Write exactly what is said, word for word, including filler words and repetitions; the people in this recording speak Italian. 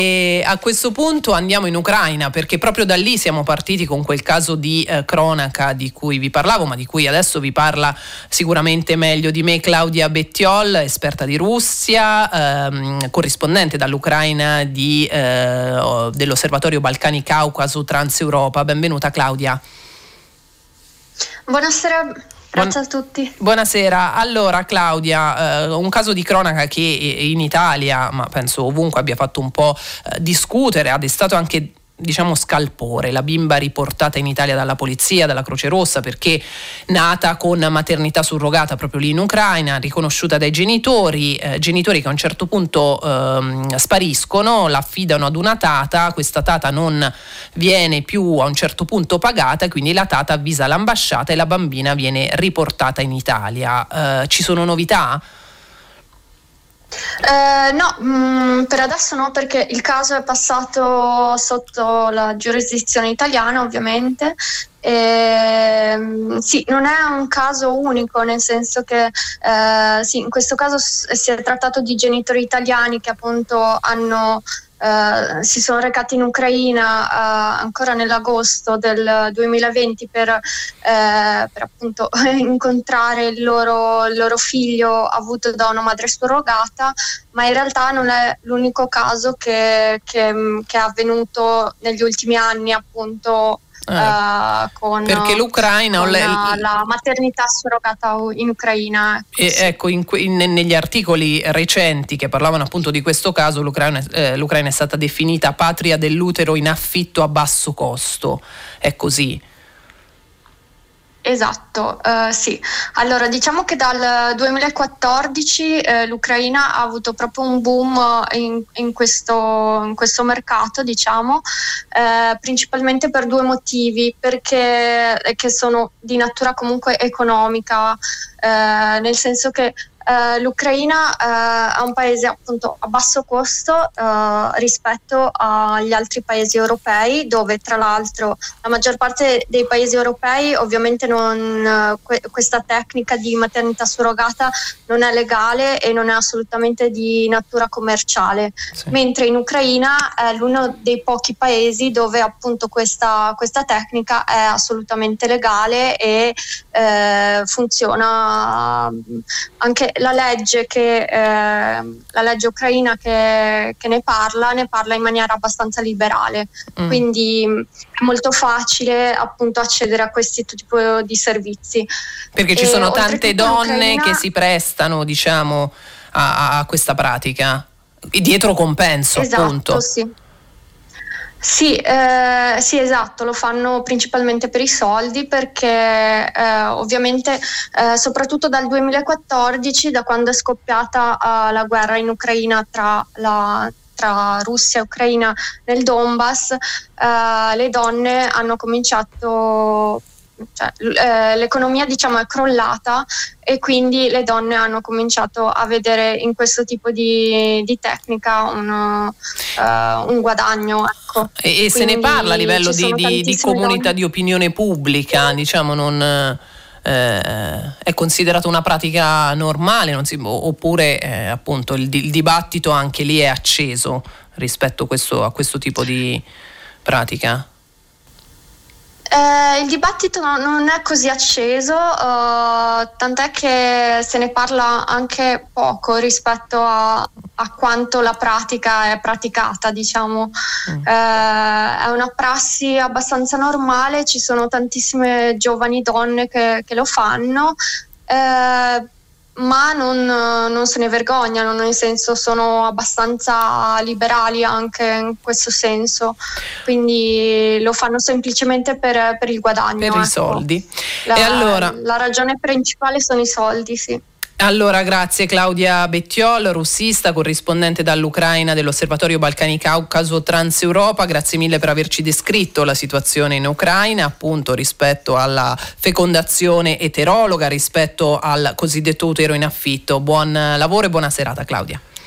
E a questo punto andiamo in Ucraina, perché proprio da lì siamo partiti con quel caso di eh, cronaca di cui vi parlavo, ma di cui adesso vi parla sicuramente meglio di me Claudia Bettiol, esperta di Russia, ehm, corrispondente dall'Ucraina di, eh, dell'Osservatorio Balcani Caucaso Transeuropa. Benvenuta Claudia. Buonasera. Grazie a tutti. Buonasera. Allora Claudia, eh, un caso di cronaca che in Italia, ma penso ovunque, abbia fatto un po' eh, discutere, ha destato anche, diciamo, scalpore. La bimba riportata in Italia dalla polizia, dalla Croce Rossa, perché nata con maternità surrogata proprio lì in Ucraina, riconosciuta dai genitori, eh, genitori che a un certo punto eh, spariscono, la affidano ad una tata, questa tata non viene più a un certo punto pagata, quindi la tata avvisa l'ambasciata e la bambina viene riportata in Italia. Eh, ci sono novità? Eh, no, mh, per adesso no, perché il caso è passato sotto la giurisdizione italiana, ovviamente. E, mh, sì, non è un caso unico, nel senso che eh, sì, in questo caso s- si è trattato di genitori italiani che appunto hanno Uh, si sono recati in Ucraina uh, ancora nell'agosto del duemilaventi per, uh, per appunto incontrare il loro, il loro figlio avuto da una madre surrogata, ma in realtà non è l'unico caso che, che, che è avvenuto negli ultimi anni, appunto. Eh, uh, con, perché l'Ucraina con le, la maternità surrogata in Ucraina, ecco, e, sì. ecco in, in, negli articoli recenti che parlavano appunto di questo caso, l'Ucraina, eh, l'Ucraina è stata definita patria dell'utero in affitto a basso costo, è così? Esatto, uh, sì. Allora, diciamo che dal duemilaquattordici eh, l'Ucraina ha avuto proprio un boom in, in, questo, in questo mercato, diciamo, eh, principalmente per due motivi, perché che sono di natura comunque economica, eh, nel senso che Uh, l'Ucraina uh, è un paese appunto a basso costo uh, rispetto agli altri paesi europei, dove tra l'altro la maggior parte dei paesi europei ovviamente non, uh, que- questa tecnica di maternità surrogata non è legale e non è assolutamente di natura commerciale, sì. Mentre in Ucraina è l'uno dei pochi paesi dove appunto questa, questa tecnica è assolutamente legale e eh, funziona anche la legge che eh, la legge ucraina che, che ne parla ne parla in maniera abbastanza liberale, mm. Quindi è molto facile appunto accedere a questi tipi di servizi, perché ci e sono tante donne che si prestano, diciamo, a, a questa pratica dietro compenso, esatto, appunto. Sì. Sì, eh, sì, esatto, lo fanno principalmente per i soldi, perché eh, ovviamente eh, soprattutto dal duemilaquattordici, da quando è scoppiata eh, la guerra in Ucraina tra la tra Russia e Ucraina nel Donbass, eh, le donne hanno cominciato, cioè, eh, l'economia, diciamo, è crollata, e quindi le donne hanno cominciato a vedere in questo tipo di, di tecnica uno, uh, un guadagno, ecco. E, e se ne parla a livello di, di, di comunità donne. Di opinione pubblica, diciamo, non eh, è considerata una pratica normale, non si, oppure eh, appunto il, il dibattito anche lì è acceso rispetto a questo, a questo tipo di pratica? Eh, il dibattito no, non è così acceso, uh, tant'è che se ne parla anche poco rispetto a, a quanto la pratica è praticata, diciamo. Mm. Eh, è una prassi abbastanza normale, ci sono tantissime giovani donne che, che lo fanno, eh, ma non, non se ne vergognano, nel senso sono abbastanza liberali anche in questo senso, quindi lo fanno semplicemente per, per il guadagno, per ecco. I soldi. La, e allora la ragione principale sono i soldi, sì. Allora, grazie Claudia Bettiol, russista, corrispondente dall'Ucraina dell'Osservatorio Balcani Caucaso Transeuropa. Grazie mille per averci descritto la situazione in Ucraina, appunto rispetto alla fecondazione eterologa, rispetto al cosiddetto utero in affitto. Buon lavoro e buona serata, Claudia.